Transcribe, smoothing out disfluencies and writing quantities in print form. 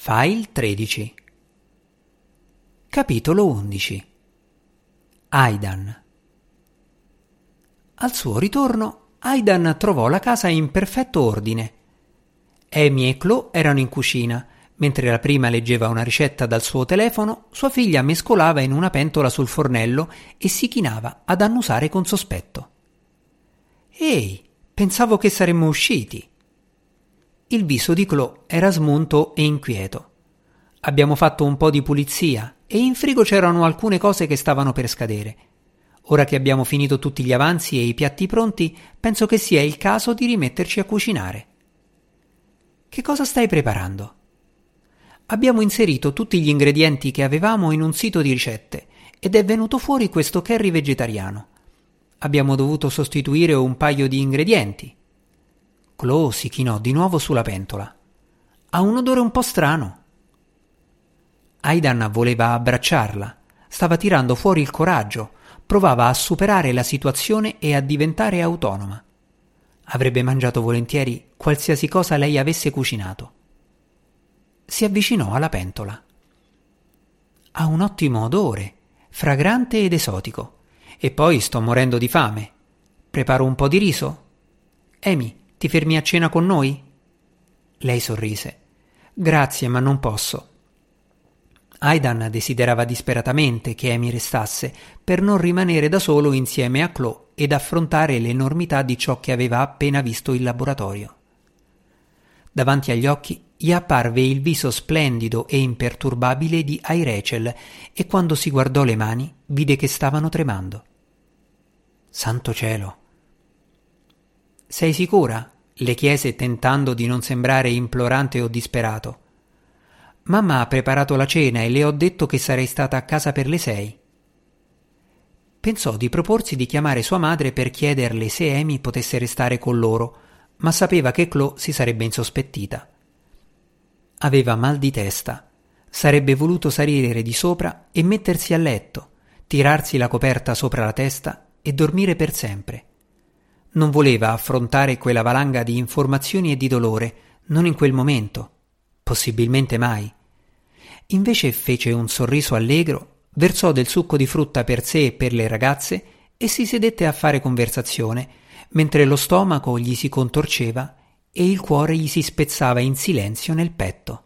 File 13. Capitolo 11. Aidan. Al suo ritorno, Aidan trovò la casa in perfetto ordine. Amy e Chloe erano in cucina. Mentre la prima leggeva una ricetta dal suo telefono, sua figlia mescolava in una pentola sul fornello e si chinava ad annusare con sospetto. «Ehi, pensavo che saremmo usciti!» Il viso di Chloe era smunto e inquieto. «Abbiamo fatto un po' di pulizia e in frigo c'erano alcune cose che stavano per scadere. Ora che abbiamo finito tutti gli avanzi e i piatti pronti, penso che sia il caso di rimetterci a cucinare». «Che cosa stai preparando?» «Abbiamo inserito tutti gli ingredienti che avevamo in un sito di ricette ed è venuto fuori questo curry vegetariano. Abbiamo dovuto sostituire un paio di ingredienti». Chloe si chinò di nuovo sulla pentola. «Ha un odore un po' strano». Aidan voleva abbracciarla, stava tirando fuori il coraggio, provava a superare la situazione e a diventare autonoma. Avrebbe mangiato volentieri qualsiasi cosa lei avesse cucinato. Si avvicinò alla pentola. «Ha un ottimo odore, fragrante ed esotico. E poi sto morendo di fame. Preparo un po' di riso? Amy, ti fermi a cena con noi?» Lei sorrise. «Grazie, ma non posso». Aidan desiderava disperatamente che Amy restasse per non rimanere da solo insieme a Chloe ed affrontare l'enormità di ciò che aveva appena visto in laboratorio. Davanti agli occhi gli apparve il viso splendido e imperturbabile di Rachel e quando si guardò le mani vide che stavano tremando. «Santo cielo!» «Sei sicura?» le chiese tentando di non sembrare implorante o disperato. «Mamma ha preparato la cena e le ho detto che sarei stata a casa per le 6. Pensò di proporsi di chiamare sua madre per chiederle se Amy potesse restare con loro, ma sapeva che Chloe si sarebbe insospettita. Aveva mal di testa. Sarebbe voluto salire di sopra e mettersi a letto, tirarsi la coperta sopra la testa e dormire per sempre. Non voleva affrontare quella valanga di informazioni e di dolore, non in quel momento, possibilmente mai. Invece fece un sorriso allegro, versò del succo di frutta per sé e per le ragazze e si sedette a fare conversazione, mentre lo stomaco gli si contorceva e il cuore gli si spezzava in silenzio nel petto.